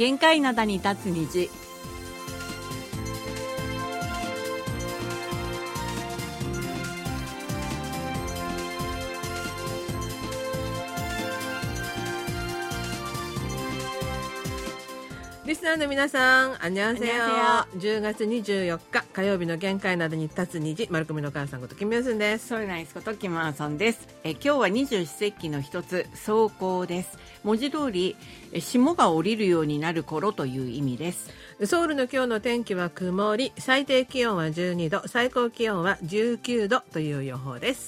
限界灘に立つ虹。 リスナーの皆さん、あんにゃんせよ。10月24日火曜日の限界などに立つ虹、丸組の母さんことキムヨスンです。 ソルナイスことキムアンソンです。今日は二十四節気の一つ、霜降です。文字通り霜が降りるようになる頃という意味です。 ソウルの今日の天気は曇り、最低気温は12度、最高気温は19度という予報です。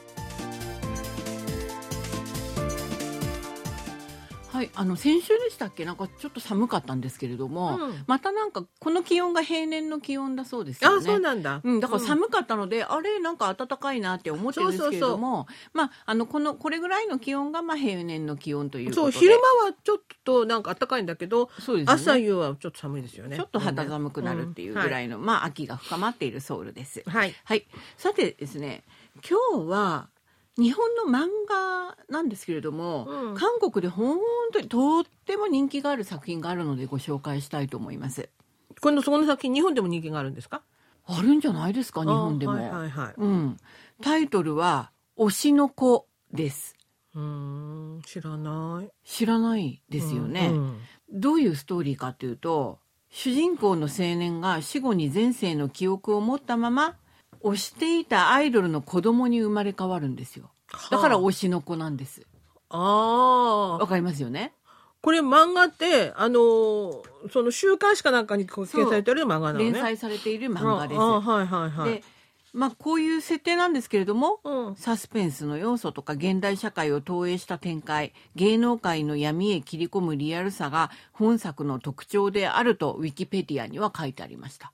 はい、先週でしたっけ、なんかちょっと寒かったんですけれども、またなんかこの気温が平年の気温だそうですよね。 あ、そうなんだ。 だから寒かったので、あれなんか暖かいなって思ってるんですけれども、これぐらいの気温が平年の気温ということで、 そう、昼間はちょっとなんか暖かいんだけど、 そうですね、 朝夕はちょっと寒いですよね。 ちょっと肌寒くなるっていうぐらいの、秋が深まっているソウルです。 はい、 はい、さてですね、今日は日本の漫画なんですけれども、韓国で本当にとっても人気がある作品があるのでご紹介したいと思います。 その作品、日本でも人気があるんですか？ あるんじゃないですか、日本でも。タイトルは推しの子です。 知らないですよね。どういうストーリーかというと、主人公の青年が死後に前世の記憶を持ったまま推していたアイドルの子供に生まれ変わるんですよ。だから推しの子なんです。わかりますよね。 これ漫画ってその週刊誌かなんかに掲載されている漫画なのね。 連載されている漫画です。で、こういう設定なんですけれども、サスペンスの要素とか現代社会を投影した展開、芸能界の闇へ切り込むリアルさが本作の特徴であるとウィキペディアには書いてありました。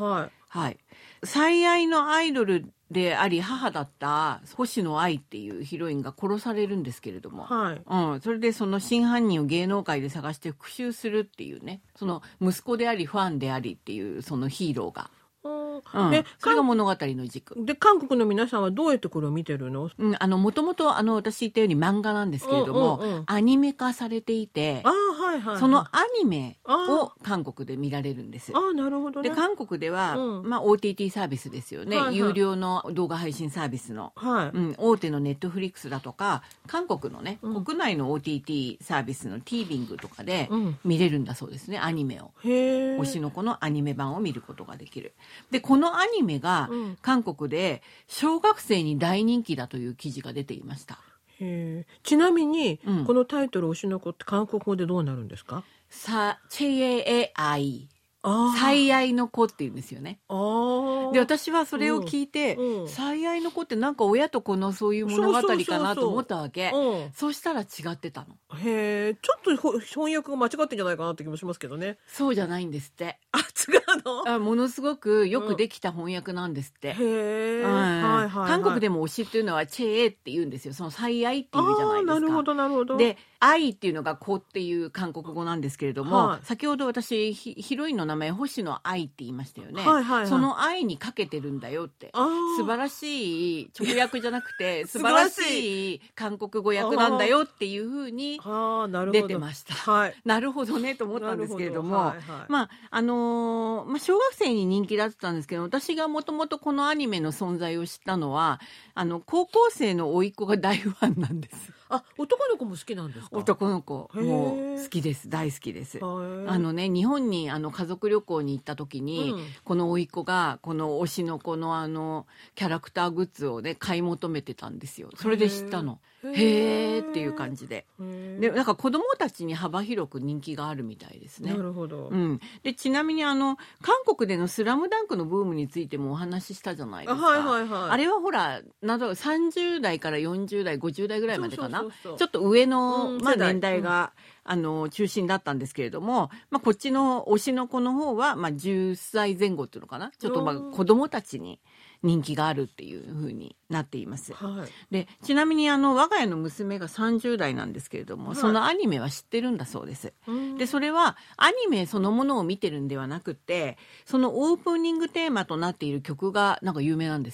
最愛のアイドルであり母だった星野愛っていうヒロインが殺されるんですけれども、それでその真犯人を芸能界で探して復讐するっていうね、その息子でありファンでありっていうそのヒーローが、それが物語の軸で、韓国の皆さんはどうやってこれを見てるの？ もともと私言ったように漫画なんですけれども、アニメ化されていて、そのアニメを韓国で見られるんです。 なるほどね。 で、韓国では、OTT サービスですよね、有料の動画配信サービスの、大手のネットフリックスだとか、韓国のね、国内の OTT サービスの TVing とかで見れるんだそうですね、アニメを。推しの子のアニメ版を見ることができる。で、このアニメが韓国で小学生に大人気だという記事が出ていました。 ちなみに、このタイトル推しの子って韓国語でどうなるんですか？ チェエアイ、最愛の子っていうんですよね。で、私はそれを聞いて、最愛の子ってなんか親と子のそういう物語かなと思ったわけ。そうしたら違ってたの。 ちょっと翻訳が間違ってんじゃないかなって気もしますけどね。 そうじゃないんですって。 違うの？ ものすごくよくできた翻訳なんですって。韓国でも推しっていうのはチェーって言うんですよ。その最愛っていうじゃないですか。 なるほどなるほど。 で、愛っていうのが子っていう韓国語なんですけれども、先ほど私ヒロインの名前星野愛って言いましたよね。その愛にかけてるんだよって。素晴らしい直訳じゃなくて素晴らしい韓国語訳なんだよっていうふうに出てました。なるほどねと思ったんですけれども、小学生に人気だったんですけど、私がもともとこのアニメの存在を知ったのは高校生の甥っ子が大ファンなんです。 男の子も好きなんですか？ 男の子も好きです。大好きです。日本に家族旅行に行った時に、この甥っ子がこの推しの子のキャラクターグッズをね買い求めてたんですよ。それで知ったの。へーっていう感じで。で、なんか子供たちに幅広く人気があるみたいですね。 なるほど。 で、ちなみに韓国でのスラムダンクのブームについてもお話ししたじゃないですか。あれはほら30代から40代50代ぐらいまでかな。ちょっと上の、年代が、中心だったんですけれども、こっちの推しの子の方は、10歳前後っていうのかな。ちょっと子供たちに人気があるっていう風になっています。で、ちなみに我が家の娘が30代なんですけれども、そのアニメは知ってるんだそうです。で、それはアニメそのものを見てるんではなくて、そのオープニングテーマとなっている曲がなんか有名なんですって。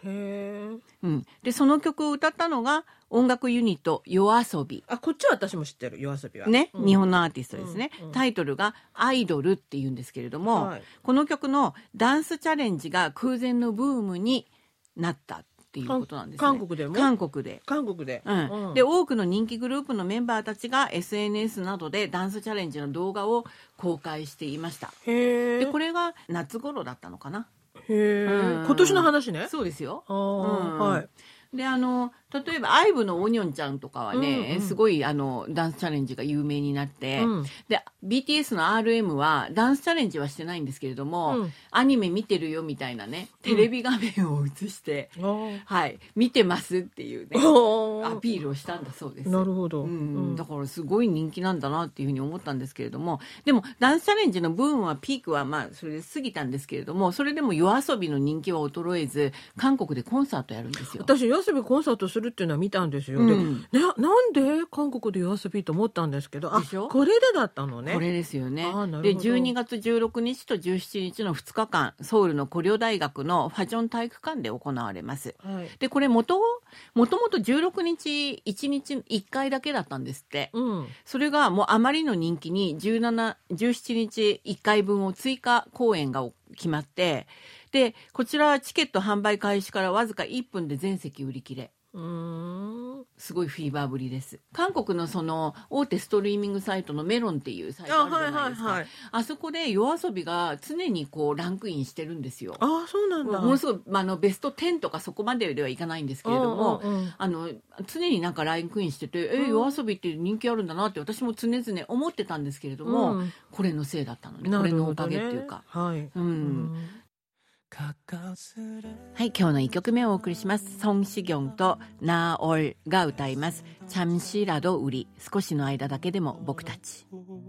へー、 うん、でその曲を歌ったのが音楽ユニットYOASOBI。 こっちは私も知ってる、YOASOBIはね、日本のアーティストですね、タイトルがアイドルっていうんですけれども、この曲のダンスチャレンジが空前のブームになったっていうことなんですね。 韓国でも？ 韓国で、で多くの人気グループのメンバーたちが SNS などでダンスチャレンジの動画を公開していました。でこれが夏頃だったのかな。 今年の話ね。 そうですよ。はい。で例えばIVEのオニョンちゃんとかはね、すごいダンスチャレンジが有名になって、で BTS の RM はダンスチャレンジはしてないんですけれども、アニメ見てるよみたいなねテレビ画面を映して、はい、見てますっていうねアピールをしたんだそうです。 なるほど、 だからすごい人気なんだなっていうふうに思ったんですけれども、でもダンスチャレンジのブームはピークはまあそれで過ぎたんですけれども、それでもYOASOBIの人気は衰えず韓国でコンサートやるんですよ。 私YOASOBIコンサートするっていうのは見たんですよ。でなんで韓国でYOASOBIと思ったんですけど、これでだったのね。 これですよね。で12月16日と17日の2日間ソウルの高麗大学のファジョン体育館で行われます。でこれもともと16日1日1回だけだったんですって、それがもうあまりの人気に17日1回分を追加公演が決まって、でこちらチケット販売開始からわずか1分で全席売り切れ。すごいフィーバーぶりです。韓国のその大手ストリーミングサイトのメロンっていうサイトあるじゃないですか。あそこでYOASOBIが常にこうランクインしてるんですよ。 そうなんだ。 ものすごいベスト10とかそこまでではいかないんですけれども、常になんかランクインしてて、YOASOBIって人気あるんだなって私も常々思ってたんですけれども、これのせいだったのね。これのおかげっていうか。はい、今日の1曲目をお送りします。ソン・シギョンとナーオルが歌います。잠시라도 우리、少しの間だけでも僕たち。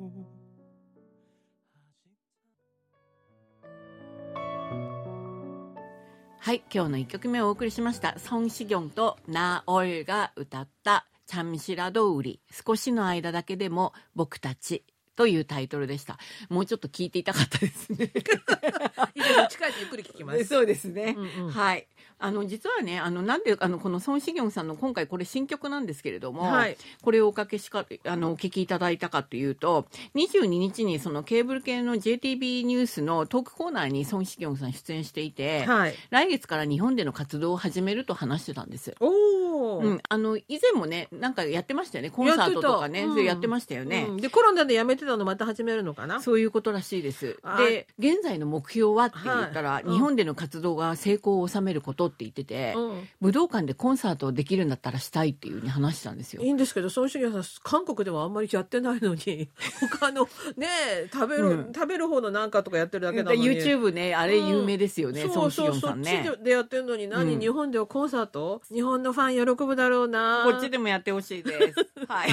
はい、今日の1曲目をお送りしました。ソン・シギョンとナーオルが歌った잠시라도 우리、少しの間だけでも僕たちというタイトルでした。もうちょっと聞いていたかったですね。 近いゆっくり聞きます。 そうですね。はい。実はね、なんでこのソン・シギョンさんの今回これ新曲なんですけれども、これをお聞きいただいたかというと、22日にそのケーブル系の JTB ニュースのトークコーナーにソン・シギョンさん出演していて、来月から日本での活動を始めると話してたんです。以前もね、なんかやってましたよね。コンサートとかね、やってましたよね。 でコロナでやめてたのまた始めるのかな。 そういうことらしいです。で現在の目標はって言ったら、日本での活動が成功を収めることって言ってて、武道館でコンサートをできるんだったらしたいっていうふうに話したんですよ。 いいんですけど、ソン・シギョンさん韓国ではあんまりやってないのに他のね食べる方のなんかとかやってるだけなのに、 YouTube ね、あれ有名ですよね、ソン・シギョンさんね。 そっちでやってるのに日本ではコンサート、日本のファン喜ぶだろうな。 こっちでもやってほしいですはい、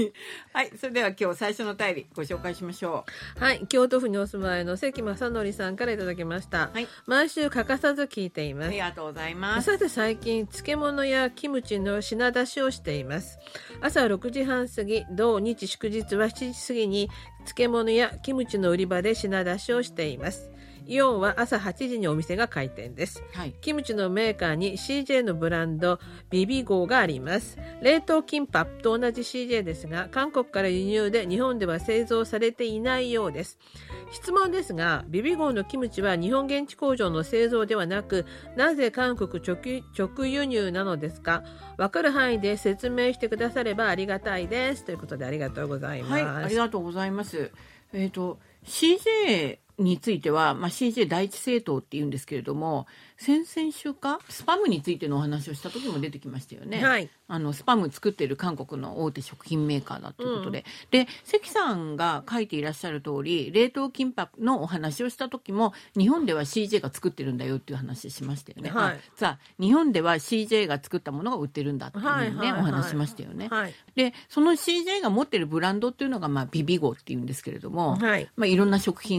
それでは今日最初のお便りご紹介しましょう。はい、京都府にお住まいの関正則さんからいただきました。毎週欠かさず聞いています。 ありがとうございます。 さて最近漬物やキムチの品出しをしています。朝6時半過ぎ、土日祝日は7時過ぎに漬物やキムチの売り場で品出しをしています。イオンは朝8時にお店が開店です。キムチのメーカーに CJ のブランドビビゴーがあります。冷凍キンパと同じ CJ ですが、韓国から輸入で日本では製造されていないようです。質問ですが、ビビゴーのキムチは日本現地工場の製造ではなく、なぜ韓国直輸入なのですか？わかる範囲で説明してくださればありがたいです。ということでありがとうございます。 ありがとうございます。CJについては、CJ 第一政党っていうんですけれども、先々週かスパムについてのお話をした時も出てきましたよね。スパム作っている韓国の大手食品メーカーだということで、で関さんが書いていらっしゃる通り、冷凍キンパのお話をした時も日本では CJ が作ってるんだよっていう話しましたよね。さあ日本では CJ が作ったものが売ってるんだっていうね、お話しましたよね。でその CJ が持ってるブランドっていうのがビビゴっていうんですけれども、いろんな食品作って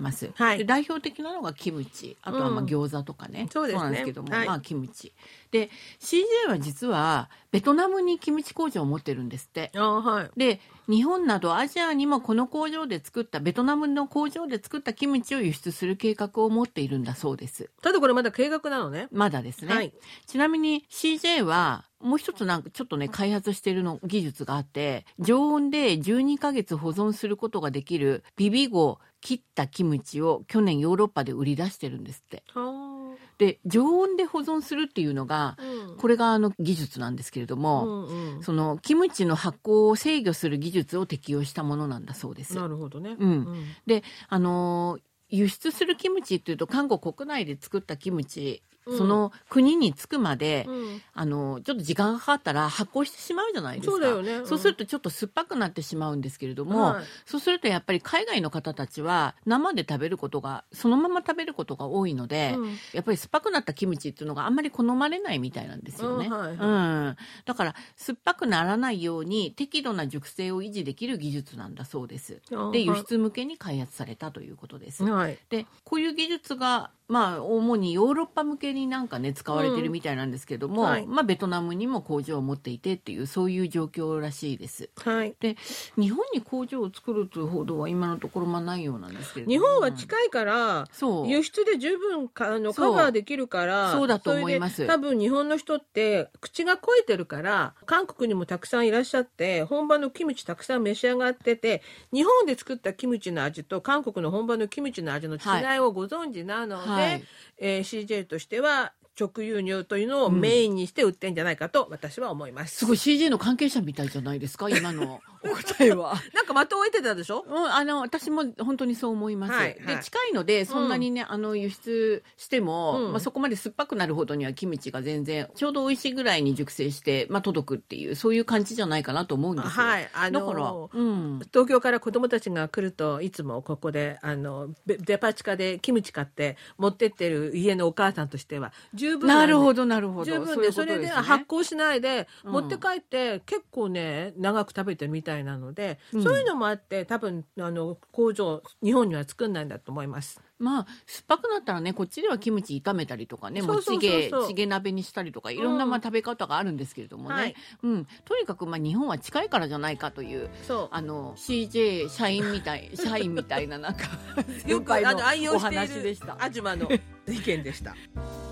ます、 はい、 で代表的なのがキムチ、あとは餃子とかね、 そうですね、 そうなんですけども、 はい、 キムチで CJ は実はベトナムにキムチ工場を持ってるんですって。 はい、 で日本などアジアにもこの工場で作ったベトナムの工場で作ったキムチを輸出する計画を持っているんだそうです。 ただこれまだ計画なのね。 まだですね、はい、ちなみに CJ はもう一つなんかちょっとね開発している技術があって、常温で12ヶ月保存することができるビビゴ切ったキムチを去年ヨーロッパで売り出してるんですって。で常温で保存するっていうのが、これが技術なんですけれども、そのキムチの発酵を制御する技術を適用したものなんだそうです。 なるほどね、 で輸出するキムチっていうと韓国国内で作ったキムチ、その国に着くまで、ちょっと時間がかかったら発酵してしまうじゃないですか。 そうだよね、 そうするとちょっぱくなってしまうんですけれども、そうするとやっぱり海外の方たちは生で食べることが、そのまま食べることが多いので、やっぱり酸っぱくなったキムチっていうのがあんまり好まれないみたいなんですよね、だから酸っぱくならないように適度な熟成を維持できる技術なんだそうです。で輸出向けに開発されたということです、でこういう技術が主にヨーロッパ向けになんかね使われてるみたいなんですけども、ベトナムにも工場を持っていてっていう、そういう状況らしいです、で日本に工場を作るという報道は今のところないようなんですけれども、 日本は近いから輸出で十分カバーできるから、 そうだと思います。 多分日本の人って口が肥えてるから、韓国にもたくさんいらっしゃって本場のキムチたくさん召し上がってて、日本で作ったキムチの味と韓国の本場のキムチの味の違いをご存知なので、CJ としては直輸入というのをメインにして売ってんじゃないかと私は思います。 すごい CJ の関係者みたいじゃないですか今のお答えは。 なんか的を得てたでしょ。 私も本当にそう思います、で近いのでそんなにね、輸出しても、そこまで酸っぱくなるほどにはキムチが全然ちょうど美味しいぐらいに熟成して、届くっていう、そういう感じじゃないかなと思うんですよ。だから、 東京から子供たちが来るといつもここでデパ地下でキムチ買って持ってってる家のお母さんとしては十分なるほど十分で、それで発酵しないで持って帰って結構ね長く食べてるみたいなので、そういうのもあって多分工場日本には作んないんだと思います。 酸っぱくなったらね、こっちではキムチ炒めたりとかね、チゲ鍋にしたりとかいろんな食べ方があるんですけれどもね、とにかく日本は近いからじゃないかという、CJ 社員みたいななんかよく愛用している東の意見でした。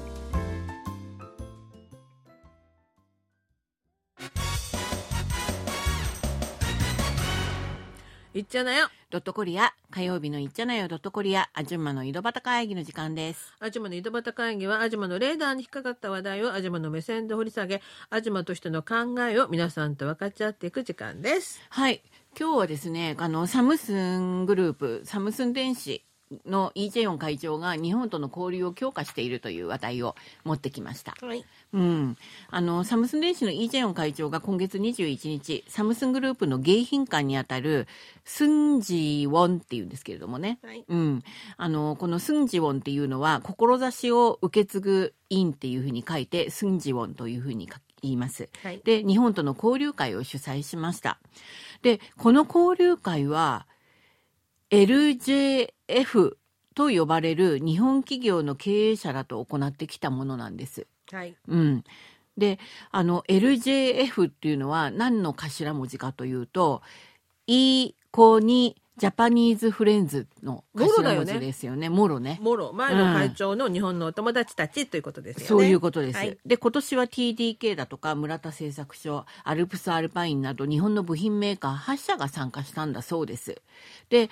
いっちゃなよドットコリア、火曜日のいっちゃなよドットコリア、アジュンマの井戸端会議の時間です。 アジュマの井戸端会議はアジュマのレーダーに引っかかった話題をアジュマの目線で掘り下げ、アジュマとしての考えを皆さんと分かち合っていく時間です。 はい、今日はですね、サムスングループ、サムスン電子のイ・ジェヨン会長が日本との交流を強化しているという話題を持ってきました。サムスン電子のイ・ジェヨン会長が今月21日、サムスングループの迎賓館にあたるスンジウォンっていうんですけれどもね、このスンジウォンっていうのは志を受け継ぐ院っていうふうに書いてスンジウォンというふうに言います。で、日本との交流会を主催しました。で、この交流会はLJF と呼ばれる日本企業の経営者らと行ってきたものなんです。で、LJF っていうのは何の頭文字かというと、イコニジャパニーズフレンズの頭文字ですよね。モロね。 モロ、前の会長の日本のお友達たちということですよね。 そういうことです。で、今年は TDK だとか村田製作所、アルプスアルパインなど日本の部品メーカー8社が参加したんだそうです。で、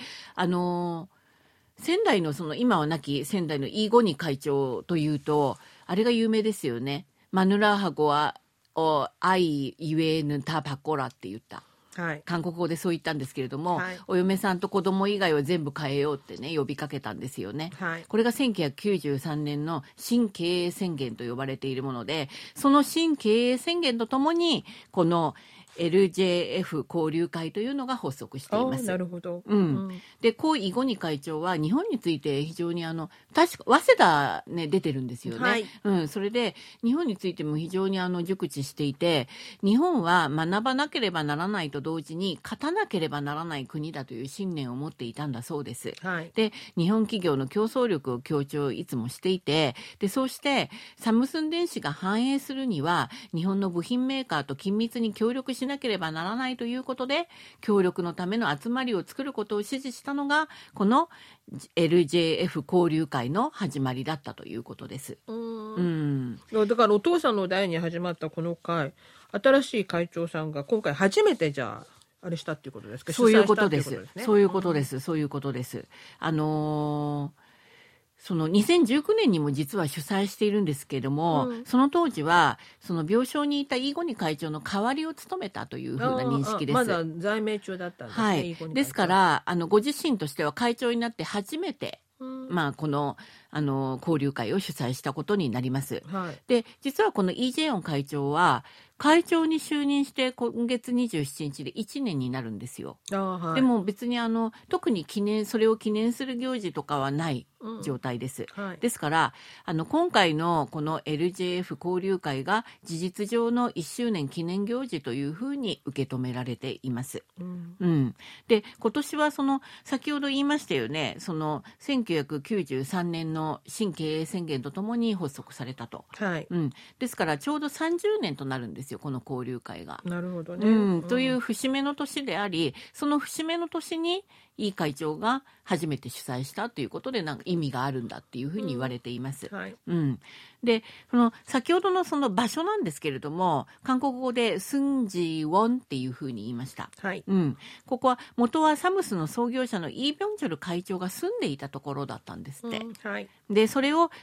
仙台の今は亡き仙台のイ・ゴニ会長というと、あれが有名ですよね。マヌラハゴは愛ゆえぬたばこらって言った。韓国語でそう言ったんですけれども、お嫁さんと子供以外は全部変えようってね呼びかけたんですよね。これが1993年の新経営宣言と呼ばれているもので、その新経営宣言とともにこの LJF 交流会というのが発足しています。 なるほど。 で、江井五二会長は日本について非常に確か早稲田ね出てるんですよね。それで日本についても非常に熟知していて、日本は学ばなければならないと同時に勝たなければならない国だという信念を持っていたんだそうです。で、日本企業の競争力を強調いつもしていて、でそうしてサムスン電子が繁栄するには日本の部品メーカーと緊密に協力しなければならないということで、協力のための集まりを作ることを指示したのがこの LJF 交流会の始まりだったということです。 だからお父さんの代に始まったこの会、新しい会長さんが今回初めてじゃあれしたっていうことですか？ そういうことです。そういうことです。そういうことです。その2019年にも実は主催しているんですけれども、その当時はその病床にいた井ゴニ会長の代わりを務めたというふうな認識です。 まだ在名中だったんですね。 ですからご自身としては会長になって初めて、この交流会を主催したことになります。で、実はこのイ・ジェヨン会長は会長に就任して今月27日で1年になるんですよ。でも別に特にそれを記念する行事とかはない状態です。ですから今回のこの LJF 交流会が事実上の1周年記念行事というふうに受け止められています。で、今年は先ほど言いましたよね、1993年の新経営宣言とともに発足されたと。ですからちょうど30年となるんですよ、この交流会が。 なるほどね。 という節目の年であり、その節目の年にイ会長が初めて主催したということで意味があるんだっていうふうに言われています。で、先ほどのその場所なんですけれども、韓国語でスンジウォンっていうふうに言いました。ここは元はサムスの創業者のイ・ビョンチョル会長が住んでいたところだったんですって。で、それを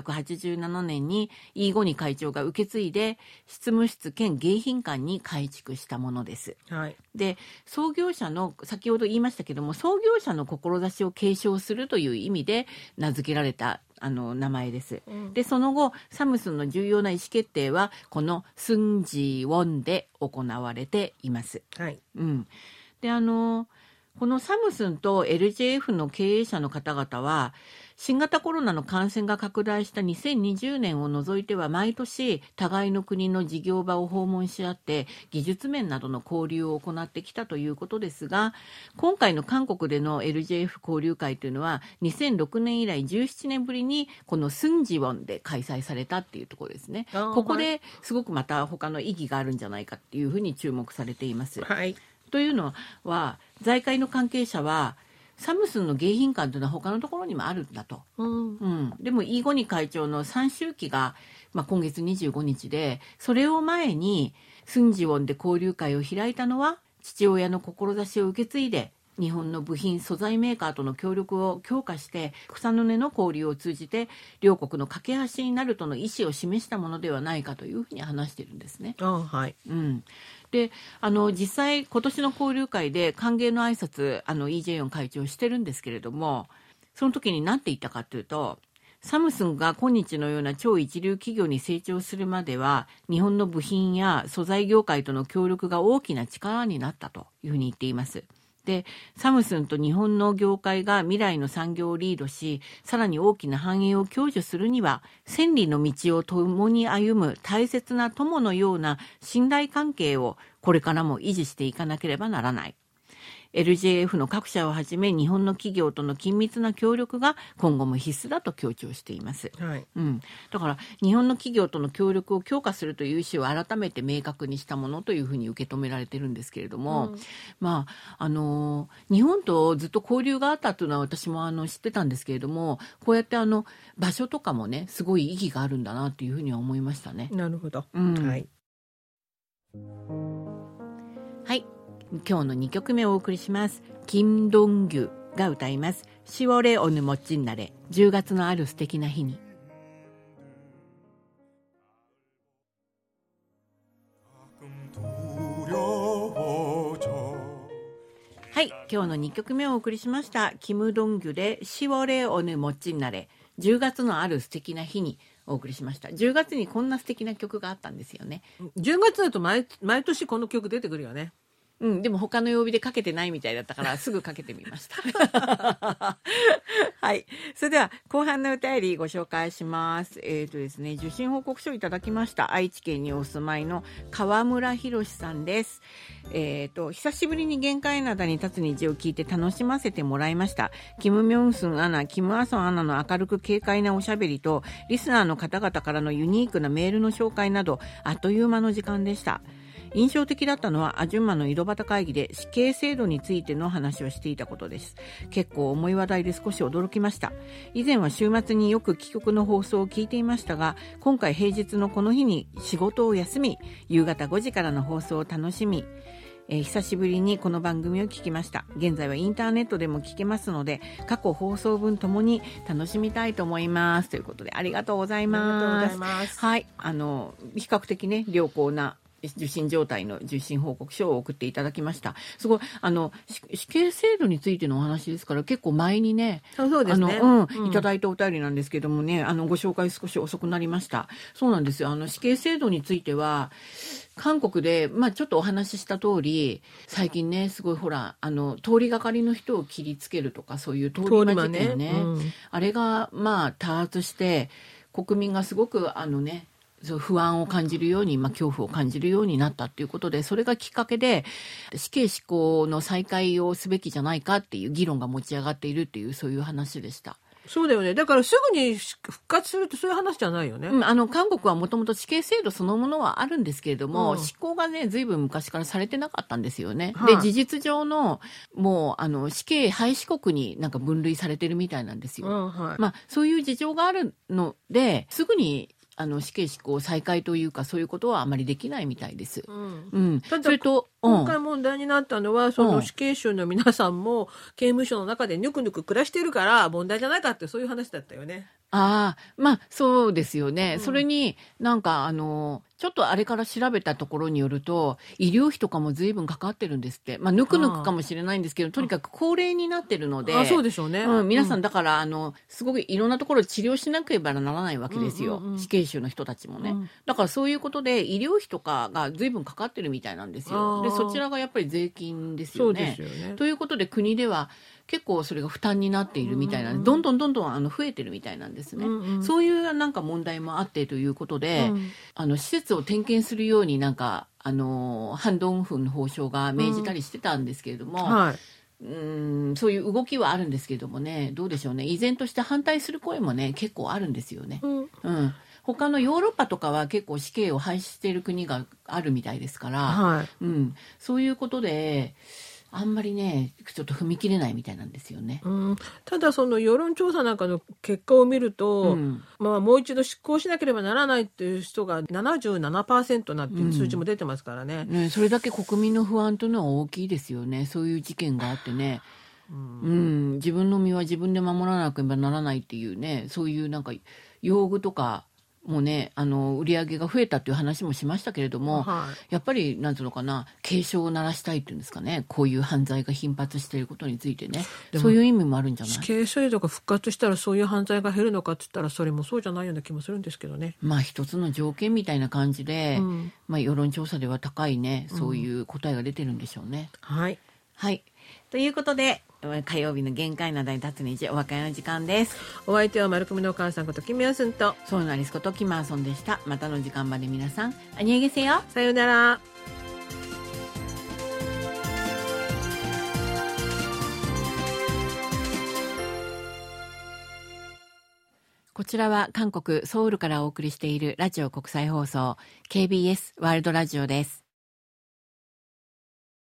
1987年にイ・ゴニ会長が受け継いで執務室兼迎賓館に改築したものです。で、創業者の先ほど言いましたけども、創業者の志を継承するという意味で名付けられた名前です。で、その後サムスンの重要な意思決定はこのスンジウォンで行われています。で、このサムスンと LJF の経営者の方々は新型コロナの感染が拡大した2020年を除いては毎年互いの国の事業場を訪問し合って技術面などの交流を行ってきたということですが、今回の韓国での LJF 交流会というのは2006年以来17年ぶりにこのスンジウォンで開催されたっていうところですね。ここですごくまた他の意義があるんじゃないかっていうふうに注目されています。というのは財界の関係者はサムスンの迎賓館というのは他のところにもあるんだと。でもイ・ゴニ会長の3周期が、今月25日で、それを前にスンジウォンで交流会を開いたのは父親の志を受け継いで日本の部品素材メーカーとの協力を強化して草の根の交流を通じて両国の架け橋になるとの意思を示したものではないかというふうに話しているんですね。で、実際今年の交流会で歓迎の挨拶イ・ジェヨン会長してるんですけれども、その時に何て言ったかというと、サムスンが今日のような超一流企業に成長するまでは日本の部品や素材業界との協力が大きな力になったというふうに言っています。で、サムスンと日本の業界が未来の産業をリードし、さらに大きな繁栄を享受するには、千里の道を共に歩む大切な友のような信頼関係をこれからも維持していかなければならない。LJF の各社をはじめ日本の企業との緊密な協力が今後も必須だと強調しています。だから日本の企業との協力を強化するという意思を改めて明確にしたものというふうに受け止められてるんですけれども、日本とずっと交流があったというのは私も知ってたんですけれども、こうやって場所とかもねすごい意義があるんだなというふうには思いましたね。 なるほど。 今日の2曲目をお送りします。キム・ドンギュが歌います。10월의 어느 멋진 날에、 10月のある素敵な日に。今日の2曲目をお送りしました。キム・ドンギュで10월의 어느 멋진 날에、 10月のある素敵な日にお送りしました。10月にこんな素敵な曲があったんですよね。 10月だと毎年この曲出てくるよね。 でも他の曜日でかけてないみたいだったからすぐかけてみましたはい、それでは後半のお便りご紹介します。ですね、受信報告書いただきました。愛知県にお住まいの川村博さんです。久しぶりに限界灘に立つ日を聞いて楽しませてもらいました。キム・ミョンスンアナ、キム・アソンアナの明るく軽快なおしゃべりとリスナーの方々からのユニークなメールの紹介などあっという間の時間でした。印象的だったのはアジュンマの井戸端会議で死刑制度についての話をしていたことです。結構重い話題で少し驚きました。以前は週末によく帰国の放送を聞いていましたが、今回平日のこの日に仕事を休み、夕方5時からの放送を楽しみ、久しぶりにこの番組を聞きました。現在はインターネットでも聞けますので、過去放送分ともに楽しみたいと思います。ということでありがとうございます。はい、比較的ね良好な受信状態の受信報告書を送っていただきました。すごい死刑制度についてのお話ですから結構前にね、 そうですね、 いただいたお便りなんですけどもね、ご紹介少し遅くなりました。そうなんですよ。死刑制度については韓国で、ちょっとお話しした通り、最近ねすごいほら通りがかりの人を切りつけるとか、そういう通り魔事件ね、あれが多発して国民がすごくそう不安を感じるように、恐怖を感じるようになったっていうことで、それがきっかけで死刑執行の再開をすべきじゃないかっていう議論が持ち上がっているっていう、そういう話でした。 そうだよね。だからすぐに復活するってそういう話じゃないよね。 韓国はもともと死刑制度そのものはあるんですけれども、執行がね随分昔からされてなかったんですよね。で事実上のもう死刑廃止国に分類されてるみたいなんですよ。そういう事情があるのですぐに死刑執行再開というか、そういうことはあまりできないみたいです。 ただそれと今回問題になったのは、その死刑囚の皆さんも刑務所の中でぬくぬく暮らしてるから問題じゃないかって、そういう話だったよね。 そうですよね。それにちょっとあれから調べたところによると、医療費とかも随分かかってるんですって。ぬくぬくかもしれないんですけど、とにかく高齢になってるので、 そうでしょうね。 皆さんだからすごくいろんなところで治療しなければならないわけですよ。死刑囚の人たちもね。だからそういうことで医療費とかが随分かかってるみたいなんですよ。でそちらがやっぱり税金ですよね。 そうですよね。 ということで国では結構それが負担になっているみたいな、どんどん増えてるみたいなんですね。そういう問題もあってということで、施設を点検するようにハン・ドンフン法相が命じたりしてたんですけれども、そういう動きはあるんですけれどもね、どうでしょうね。依然として反対する声もね結構あるんですよね。他のヨーロッパとかは結構死刑を廃止している国があるみたいですから、そういうことであんまりねちょっと踏み切れないみたいなんですよね。 ただその世論調査なんかの結果を見ると、もう一度執行しなければならないっていう人が 77% なんていう数字も出てますからね。 それだけ国民の不安というのは大きいですよね。そういう事件があってね、自分の身は自分で守らなければならないっていうね、そういう用具とかもうね売り上げが増えたっていう話もしましたけれども、やっぱりなんていうのかな、警鐘を鳴らしたいっていうんですかね、こういう犯罪が頻発していることについてね、そういう意味もあるんじゃない。 死刑制度が復活したらそういう犯罪が減るのかって言ったらそれもそうじゃないような気もするんですけどね。 一つの条件みたいな感じで、世論調査では高いねそういう答えが出てるんでしょうね。はい、ということで火曜日の限界灘に立つ日お別れの時間です。 お相手は丸組のお母さんことキムヤスンとソウナリスことキマーソンでした。またの時間まで皆さんアニエゲセよ。 さようなら。 こちらは韓国ソウルからお送りしているラジオ国際放送 KBS ワールドラジオです。